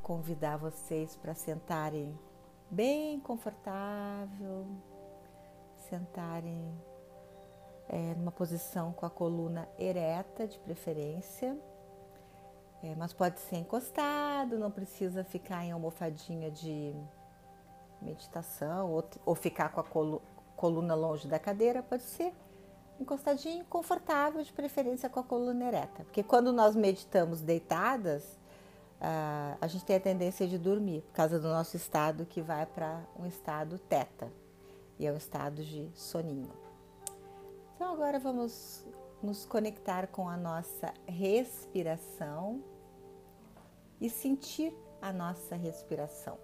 convidar vocês para sentarem bem confortável, sentarem numa posição com a coluna ereta de preferência, mas pode ser encostado, não precisa ficar em almofadinha de meditação ou ficar com a coluna longe da cadeira, pode ser encostadinho, confortável, de preferência com a coluna ereta, porque quando nós meditamos deitadas, a gente tem a tendência de dormir, por causa do nosso estado que vai para um estado teta, e é um estado de soninho. Então agora vamos nos conectar com a nossa respiração e sentir a nossa respiração.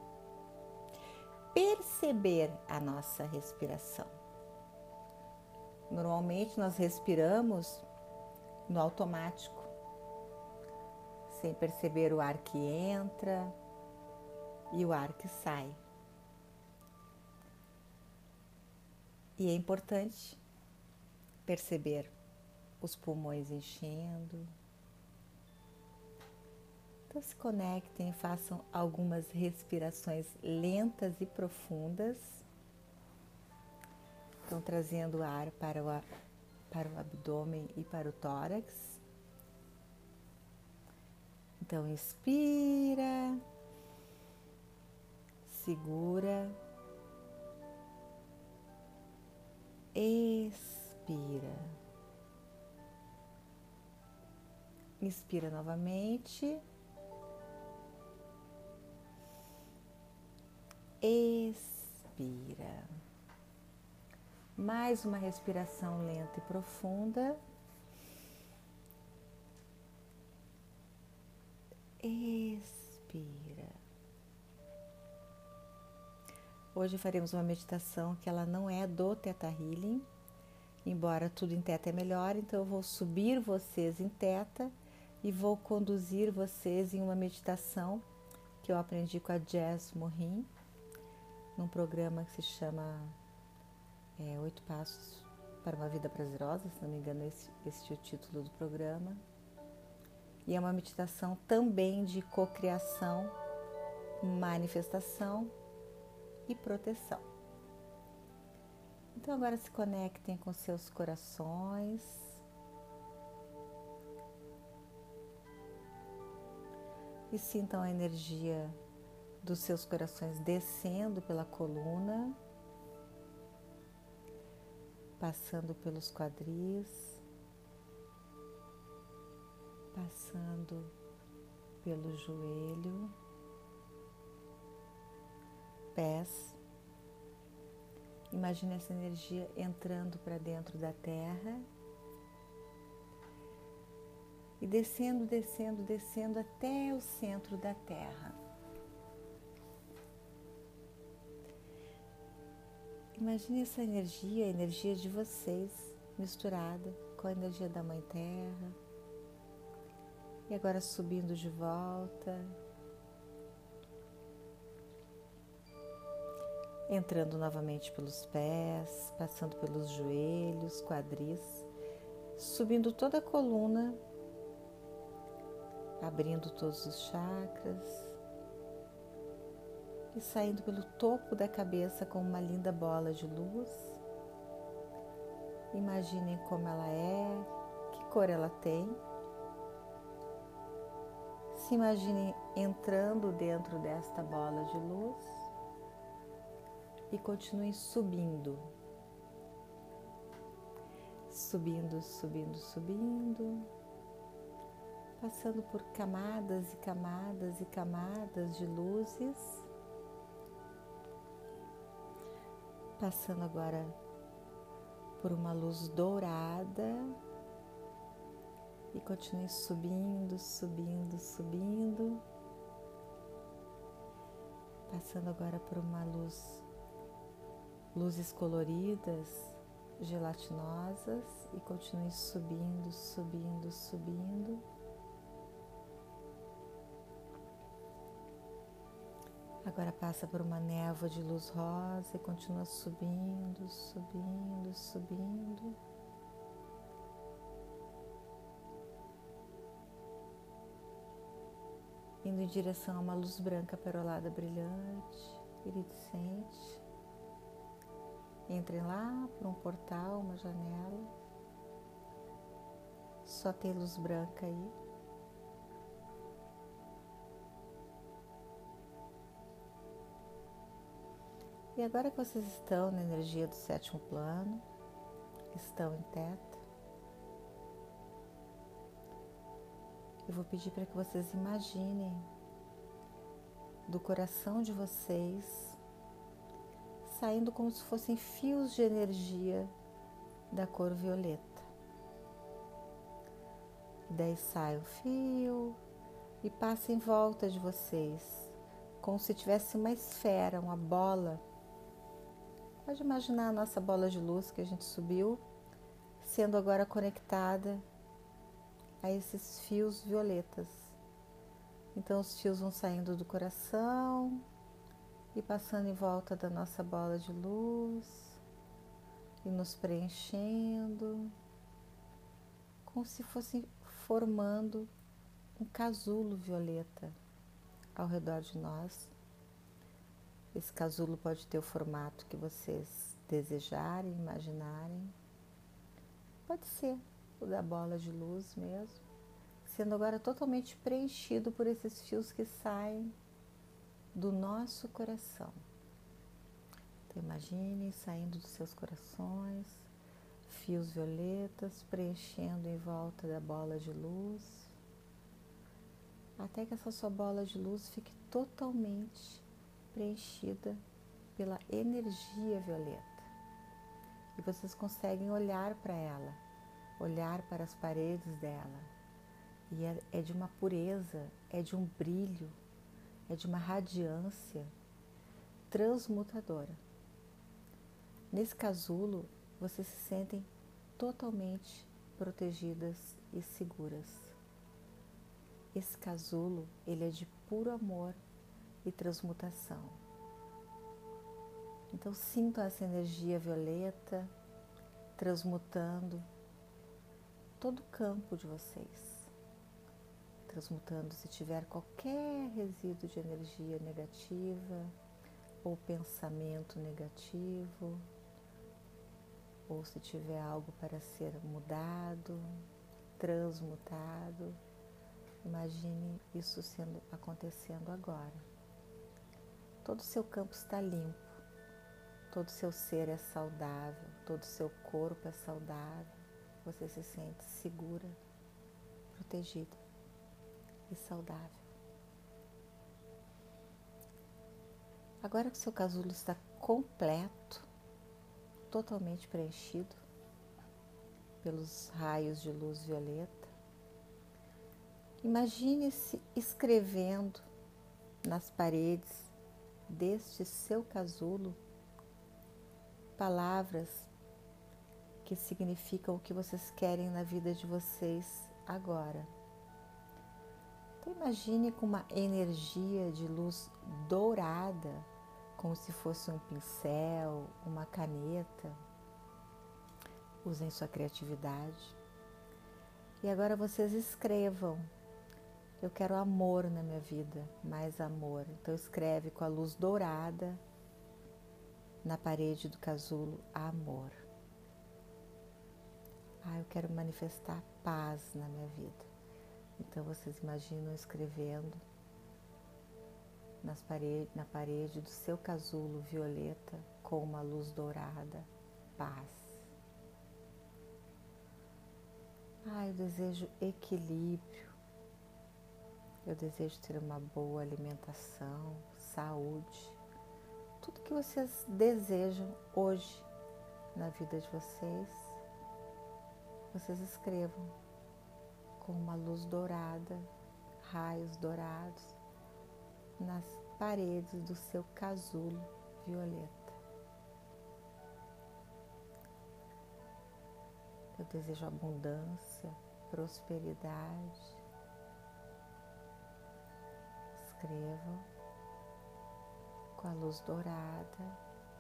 Perceber a nossa respiração. Normalmente nós respiramos no automático, sem perceber o ar que entra e o ar que sai. E é importante perceber os pulmões enchendo. Então se conectem e façam algumas respirações lentas e profundas. Estão trazendo ar para o abdômen e para o tórax. Então inspira, segura, expira. Inspira novamente. Expira. Mais uma respiração lenta e profunda. Expira. Hoje faremos uma meditação que ela não é do Theta Healing, embora tudo em Theta é melhor, então eu vou subir vocês em Theta e vou conduzir vocês em uma meditação que eu aprendi com a Jess Morin, num programa que se chama 8 Passos para uma Vida Prazerosa, se não me engano esse é o título do programa. E é uma meditação também de cocriação, manifestação e proteção. Então agora se conectem com seus corações. E sintam a energia dos seus corações descendo pela coluna, passando pelos quadris, passando pelo joelho, pés. Imagine essa energia entrando para dentro da terra e descendo, descendo, descendo até o centro da terra. Imagine essa energia, a energia de vocês, misturada com a energia da Mãe Terra. E agora subindo de volta, entrando novamente pelos pés, passando pelos joelhos, quadris, subindo toda a coluna, abrindo todos os chakras e saindo pelo topo da cabeça com uma linda bola de luz. Imaginem como ela é, que cor ela tem. Se imaginem entrando dentro desta bola de luz e continuem subindo. Subindo, subindo, subindo, passando por camadas e camadas e camadas de luzes, passando agora por uma luz dourada e continue subindo, subindo, subindo, passando agora por uma luzes coloridas, gelatinosas e continue subindo, subindo, subindo. Agora passa por uma névoa de luz rosa e continua subindo, subindo, subindo. indo em direção a uma luz branca perolada brilhante, iridescente. Entrem lá por um portal, uma janela. Só tem luz branca aí. E agora que vocês estão na energia do 7º plano, estão em Teta, eu vou pedir para que vocês imaginem do coração de vocês saindo como se fossem fios de energia da cor violeta. Daí sai o fio e passa em volta de vocês, como se tivesse uma esfera, uma bola. Pode imaginar a nossa bola de luz que a gente subiu, sendo agora conectada a esses fios violetas. Então os fios vão saindo do coração e passando em volta da nossa bola de luz e nos preenchendo, como se fossem formando um casulo violeta ao redor de nós. Esse casulo pode ter o formato que vocês desejarem, imaginarem. Pode ser o da bola de luz mesmo, sendo agora totalmente preenchido por esses fios que saem do nosso coração. Então imagine saindo dos seus corações, fios violetas preenchendo em volta da bola de luz, até que essa sua bola de luz fique totalmente preenchida pela energia violeta. E vocês conseguem olhar para ela, olhar para as paredes dela. E é de uma pureza, é de um brilho, é de uma radiância transmutadora. Nesse casulo, vocês se sentem totalmente protegidas e seguras. Esse casulo, ele é de puro amor e transmutação. Então sintam essa energia violeta transmutando todo o campo de vocês, transmutando se tiver qualquer resíduo de energia negativa ou pensamento negativo, ou se tiver algo para ser mudado, transmutado. Imagine isso acontecendo agora. Todo o seu campo está limpo, todo o seu ser é saudável, todo o seu corpo é saudável. Você se sente segura, protegida e saudável. Agora que o seu casulo está completo, totalmente preenchido pelos raios de luz violeta, imagine-se escrevendo nas paredes deste seu casulo palavras que significam o que vocês querem na vida de vocês agora. Então imagine com uma energia de luz dourada, como se fosse um pincel, uma caneta. Usem sua criatividade. E agora vocês escrevam: eu quero amor na minha vida, mais amor. Então escreve com a luz dourada na parede do casulo: amor. Eu quero manifestar paz na minha vida. Então vocês imaginam escrevendo na parede do seu casulo violeta com uma luz dourada: paz. Eu desejo equilíbrio. Eu desejo ter uma boa alimentação, saúde. Tudo que vocês desejam hoje na vida de vocês, vocês escrevam com uma luz dourada, raios dourados, nas paredes do seu casulo violeta. Eu desejo abundância, prosperidade. Escrevam com a luz dourada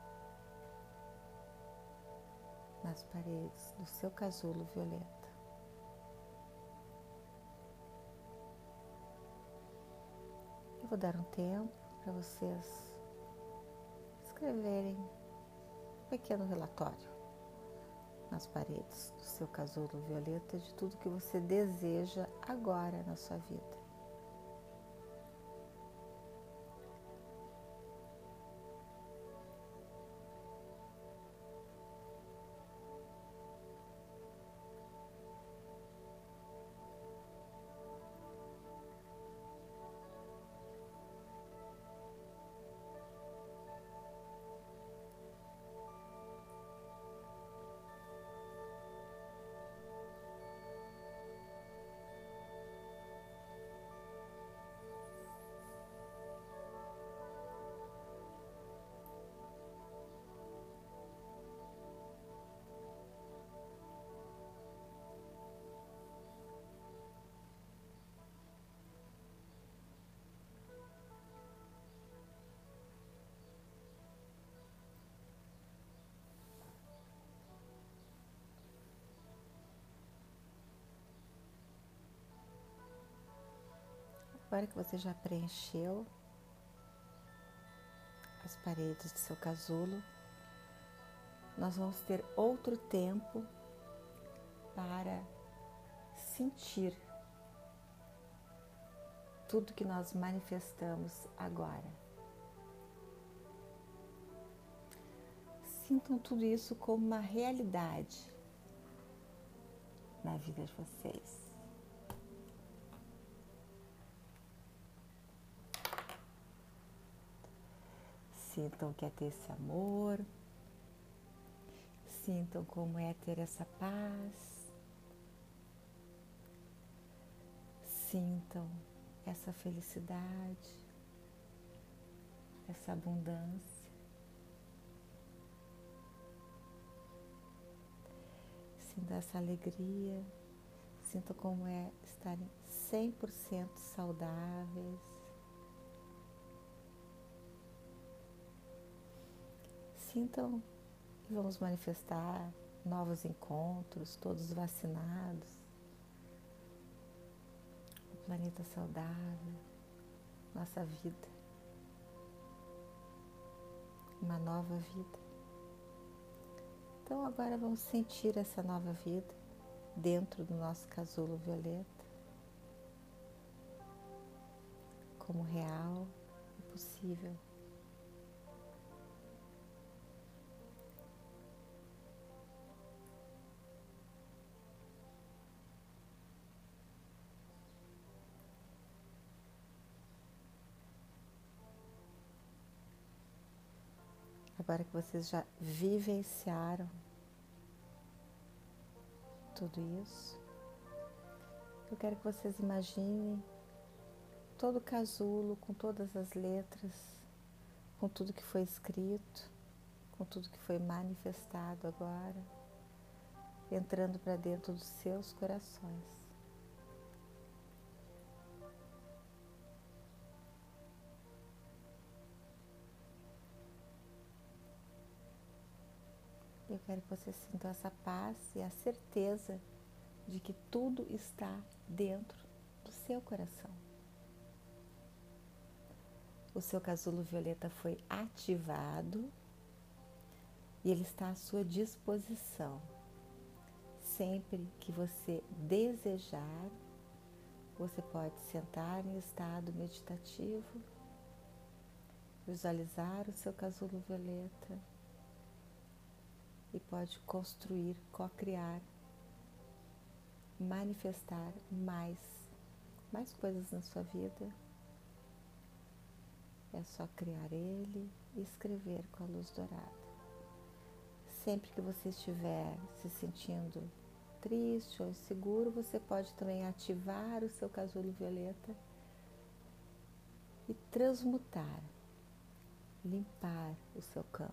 nas paredes do seu casulo violeta. vou dar um tempo para vocês escreverem um pequeno relatório nas paredes do seu casulo violeta de tudo que você deseja agora na sua vida. Agora que você já preencheu as paredes do seu casulo, nós vamos ter outro tempo para sentir tudo que nós manifestamos agora. Sintam tudo isso como uma realidade na vida de vocês. Sintam o que é ter esse amor, sintam como é ter essa paz, sintam essa felicidade, essa abundância. Sintam essa alegria, sintam como é estarem 100% saudáveis. Sintam que vamos manifestar novos encontros, todos vacinados, o planeta saudável, nossa vida, uma nova vida. Então agora vamos sentir essa nova vida dentro do nosso casulo violeta, como real e possível. Agora que vocês já vivenciaram tudo isso, eu quero que vocês imaginem todo o casulo com todas as letras, com tudo que foi escrito, com tudo que foi manifestado agora, entrando para dentro dos seus corações. Eu quero que vocês sintam essa paz e a certeza de que tudo está dentro do seu coração. O seu casulo violeta foi ativado e ele está à sua disposição. Sempre que você desejar, você pode sentar em estado meditativo, visualizar o seu casulo violeta e pode construir, co-criar, manifestar mais coisas na sua vida. É só criar ele e escrever com a luz dourada. Sempre que você estiver se sentindo triste ou inseguro, você pode também ativar o seu casulo violeta e transmutar, limpar o seu campo,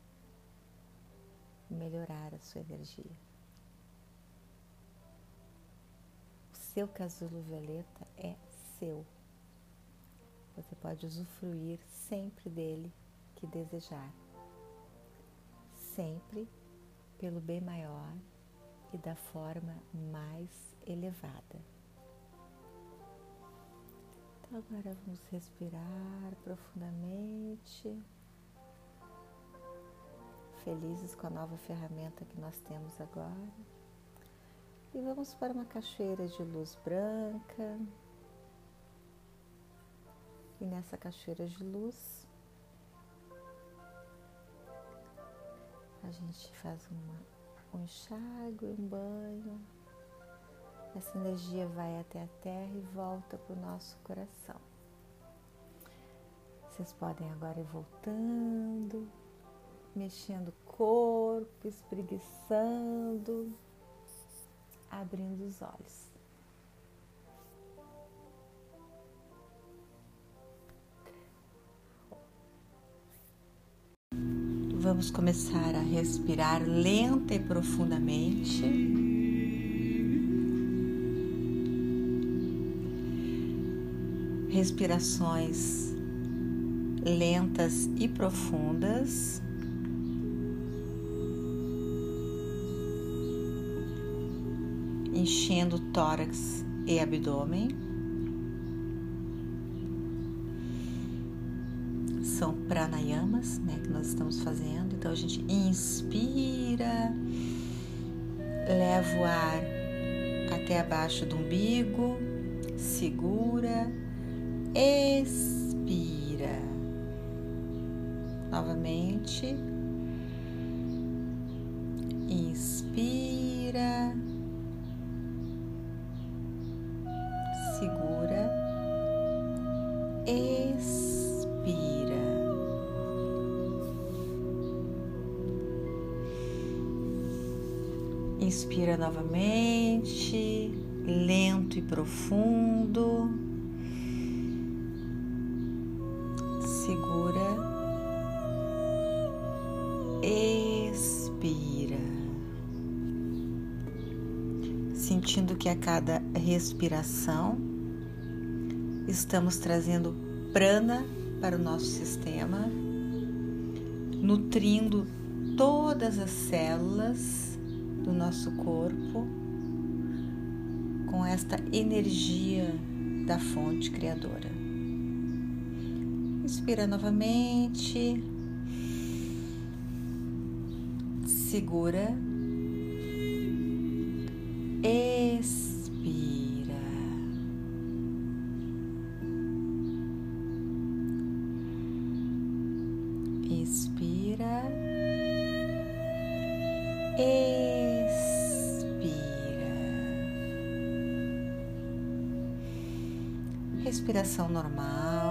melhorar a sua energia. O seu casulo violeta é seu. Você pode usufruir sempre dele que desejar, sempre pelo bem maior e da forma mais elevada. Agora vamos respirar profundamente, felizes com a nova ferramenta que nós temos agora. E vamos para uma cachoeira de luz branca. E nessa cachoeira de luz, a gente faz um enxágue, um banho. Essa energia vai até a terra e volta para o nosso coração. Vocês podem agora ir voltando, mexendo o corpo, espreguiçando, abrindo os olhos. Vamos começar a respirar lenta e profundamente. Respirações lentas e profundas. Enchendo o tórax e abdômen. São pranayamas, né, que nós estamos fazendo. Então a gente inspira, leva o ar até abaixo do umbigo, segura, expira. Novamente, inspira, segura, expira. Inspira novamente, lento e profundo. Segura, expira. Sentindo que a cada respiração estamos trazendo prana para o nosso sistema, nutrindo todas as células do nosso corpo com esta energia da fonte criadora. Inspira novamente, segura, expira. Inspira, expira. Respiração normal.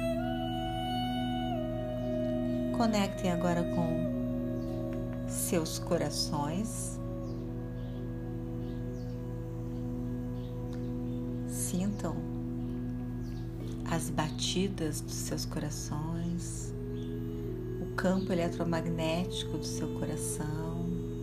Conectem agora com seus corações. Sintam as batidas dos seus corações, o campo eletromagnético do seu coração.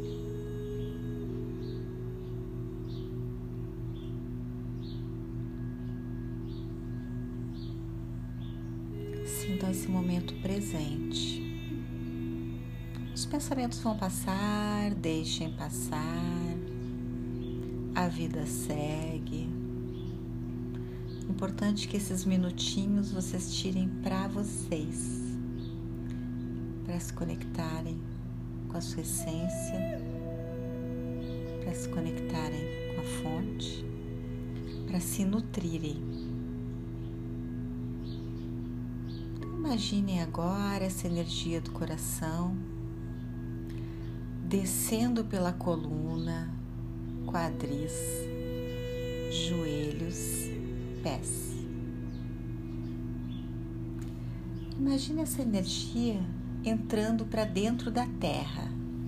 Sintam esse momento presente. Os pensamentos vão passar, deixem passar, a vida segue. Importante que esses minutinhos vocês tirem para vocês, para se conectarem com a sua essência, para se conectarem com a fonte, para se nutrirem. Então, imaginem agora essa energia do coração descendo pela coluna, quadris, joelhos, pés. Imagine essa energia entrando para dentro da terra,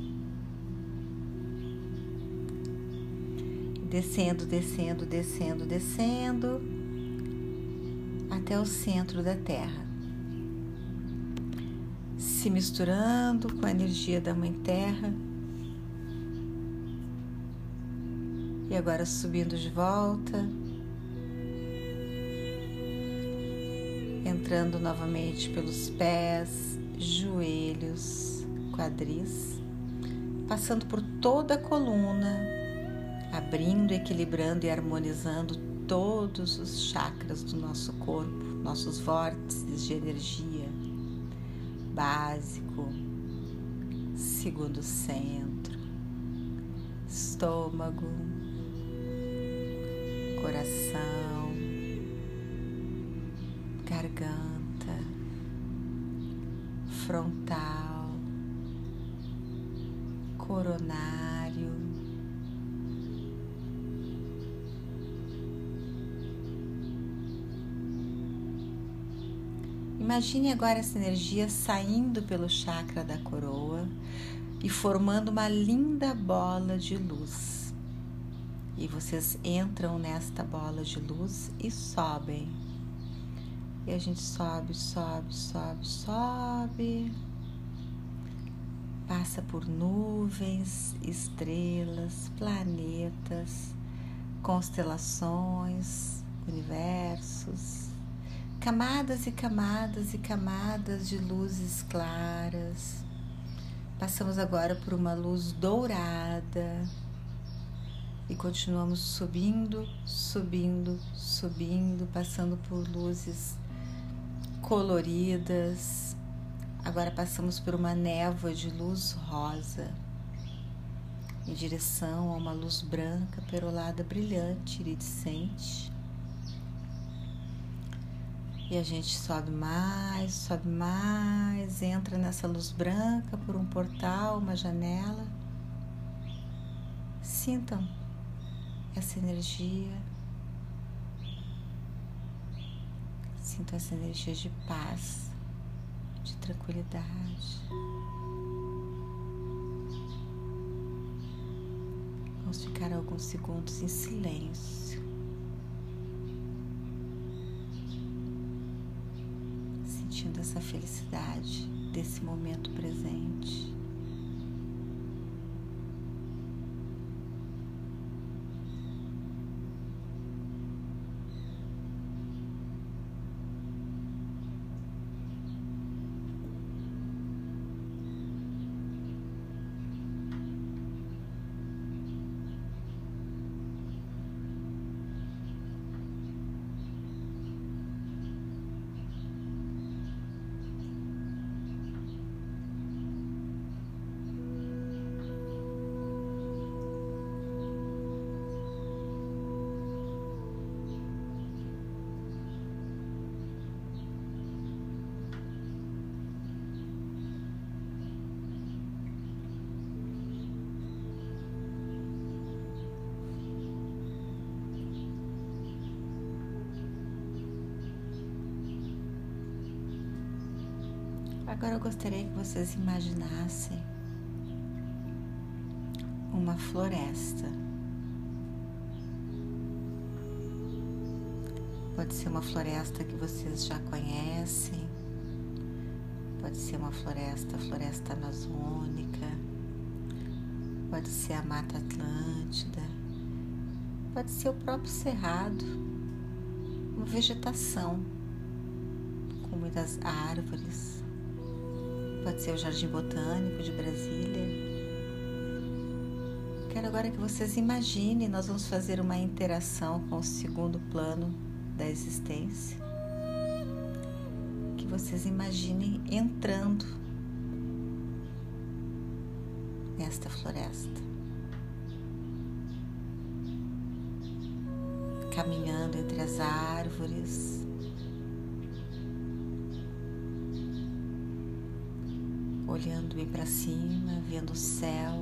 descendo, descendo, descendo, descendo até o centro da terra, se misturando com a energia da Mãe Terra. E agora subindo de volta, entrando novamente pelos pés, joelhos, quadris, passando por toda a coluna, abrindo, equilibrando e harmonizando todos os chakras do nosso corpo, nossos vórtices de energia, básico, segundo centro, estômago, coração, garganta, frontal, coronário, imagine agora essa energia saindo pelo chakra da coroa e formando uma linda bola de luz. E vocês entram nesta bola de luz e sobem. E a gente sobe, sobe, sobe, sobe. Passa por nuvens, estrelas, planetas, constelações, universos, camadas e camadas e camadas de luzes claras. Passamos agora por uma luz dourada e continuamos subindo, subindo, subindo, passando por luzes coloridas. Agora passamos por uma névoa de luz rosa em direção a uma luz branca, perolada, brilhante, iridescente. E a gente sobe mais, entra nessa luz branca por um portal, uma janela. Sintam essa energia. Sintam essa energia de paz, de tranquilidade. Vamos ficar alguns segundos em silêncio. Sentindo essa felicidade desse momento presente. Agora eu gostaria que vocês imaginassem uma floresta. Pode ser uma floresta que vocês já conhecem, pode ser uma floresta amazônica, pode ser a Mata Atlântida, pode ser o próprio cerrado, uma vegetação com muitas árvores. Pode ser o Jardim Botânico de Brasília. Quero agora que vocês imaginem, nós vamos fazer uma interação com o segundo plano da existência. Que vocês imaginem entrando nesta floresta. Caminhando entre as árvores. Olhando bem para cima, vendo o céu,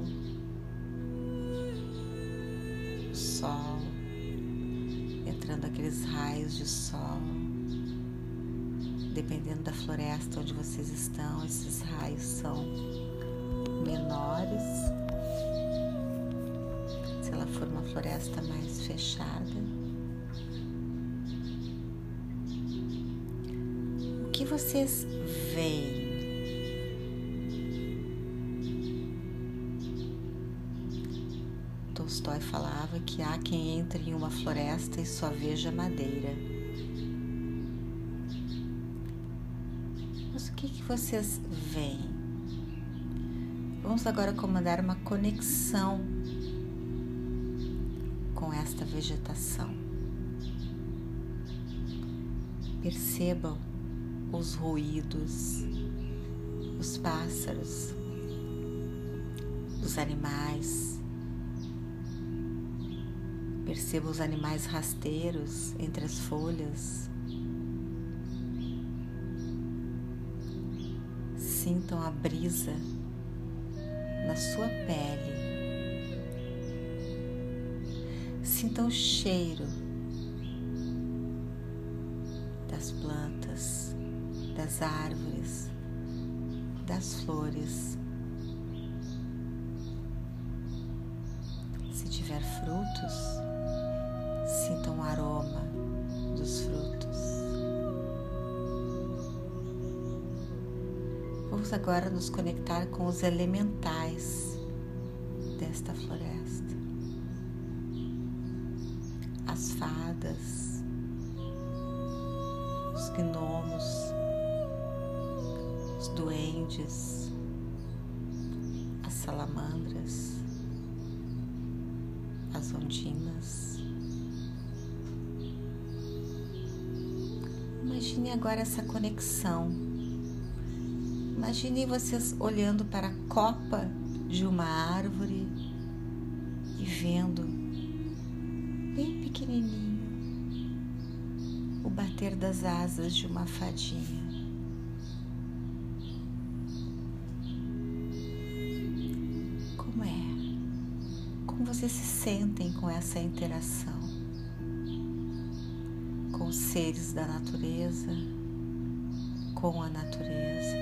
o sol, entrando aqueles raios de sol. Dependendo da floresta onde vocês estão, esses raios são menores. Se ela for uma floresta mais fechada. O que vocês veem? Tolstói falava que há quem entre em uma floresta e só veja madeira. Mas o que vocês veem? Vamos agora comandar uma conexão com esta vegetação. Percebam os ruídos, os pássaros, os animais. Percebam os animais rasteiros entre as folhas. Sintam a brisa na sua pele. Sintam o cheiro das plantas, das árvores, das flores. Se tiver frutos, sintam o aroma dos frutos. Vamos agora nos conectar com os elementais desta floresta. As fadas, os gnomos, os duendes, as salamandras, as ondinas. Imagine agora essa conexão. Imagine vocês olhando para a copa de uma árvore e vendo bem pequenininho o bater das asas de uma fadinha. Como é? Como vocês se sentem com essa interação com os seres da natureza, com a natureza?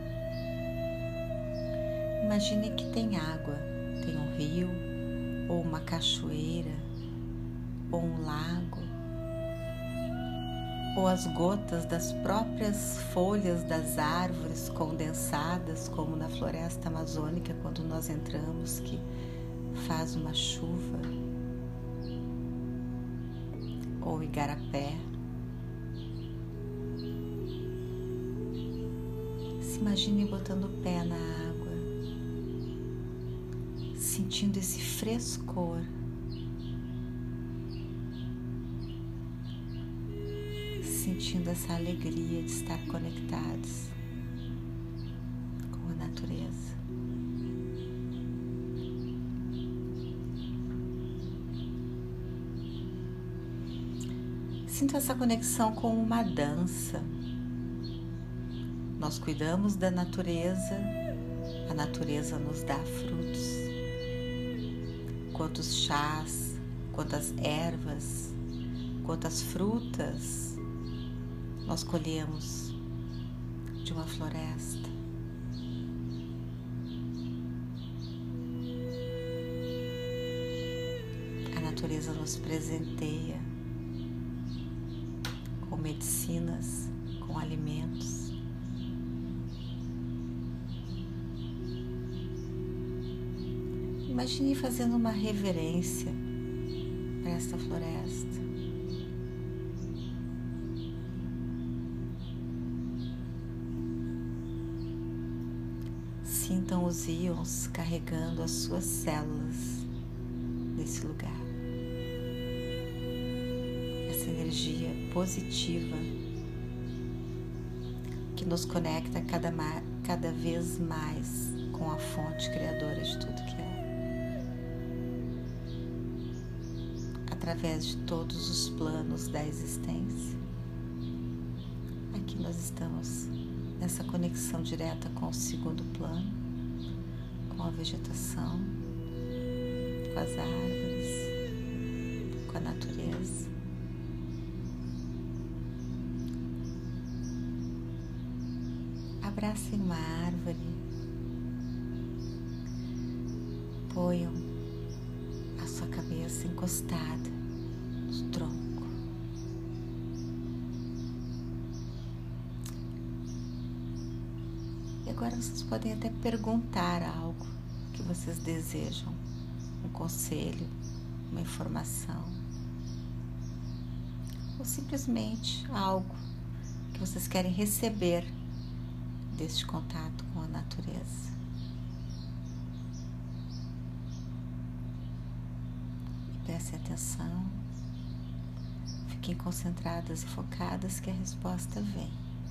Imagine que tem água, tem um rio, ou uma cachoeira, ou um lago, ou as gotas das próprias folhas das árvores condensadas, como na floresta amazônica, quando nós entramos, que faz uma chuva, ou igarapé. Se imagine botando o pé na água, sentindo esse frescor, sentindo essa alegria de estar conectados com a natureza. Sinto essa conexão com uma dança. Nós cuidamos da natureza, a natureza nos dá frutos. Quantos chás, quantas ervas, quantas frutas nós colhemos de uma floresta. A natureza nos presenteia com medicinas, com alimentos. Imagine fazendo uma reverência para esta floresta. Sintam os íons carregando as suas células nesse lugar. Essa energia positiva que nos conecta cada vez mais com a fonte criadora de tudo que é. Através de todos os planos da existência. Aqui nós estamos nessa conexão direta com o segundo plano, com a vegetação, com as árvores, com a natureza. Abracem uma árvore, ponham a sua cabeça encostada no tronco. E agora vocês podem até perguntar algo que vocês desejam, um conselho, uma informação, ou simplesmente algo que vocês querem receber deste contato com a natureza. Prestem atenção, Fiquem concentradas e focadas que a resposta vem.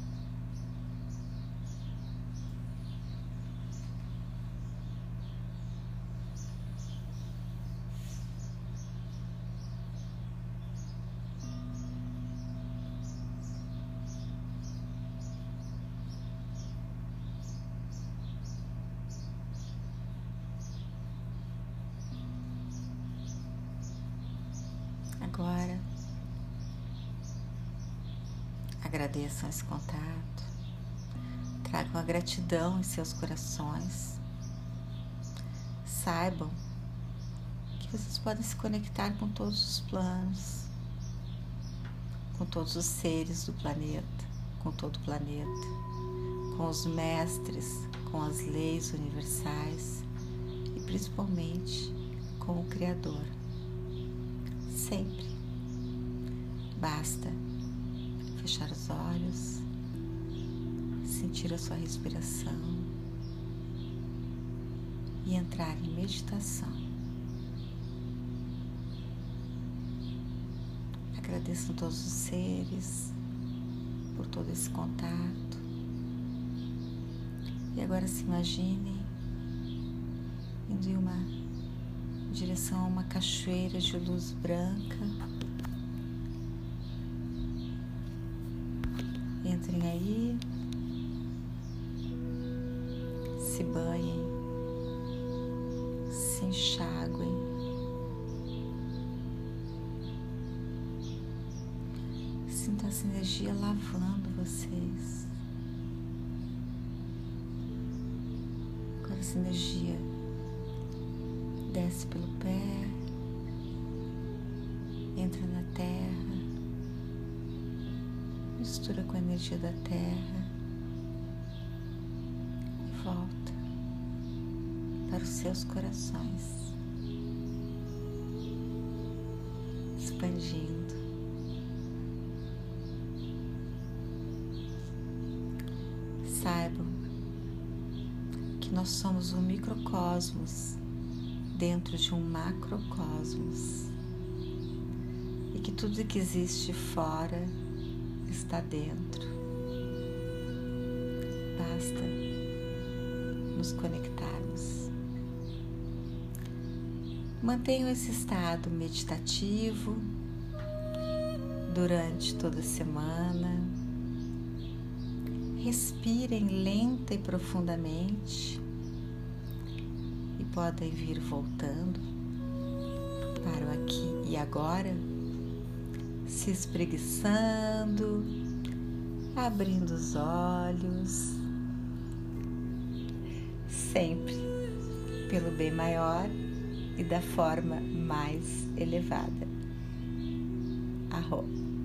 Agora, agradeçam esse contato, tragam a gratidão em seus corações. Saibam que vocês podem se conectar com todos os planos, com todos os seres do planeta, com todo o planeta, com os mestres, com as leis universais e principalmente com o Criador. Sempre basta fechar os olhos, sentir a sua respiração e entrar em meditação. Agradeço a todos os seres por todo esse contato. E agora se imaginem indo em direção a uma cachoeira de luz branca. Entrem aí, se banhem, se enxaguem, sintam essa energia lavando vocês. Agora essa energia desce pelo pé, entra na terra, mistura com a energia da terra e volta para os seus corações, expandindo. Saibam que nós somos um microcosmos dentro de um macrocosmos e que tudo que existe fora está dentro. Basta nos conectarmos. Mantenham esse estado meditativo durante toda a semana. Respirem lenta e profundamente. Podem vir voltando para o aqui e agora, se espreguiçando, abrindo os olhos, sempre pelo bem maior e da forma mais elevada. Arro.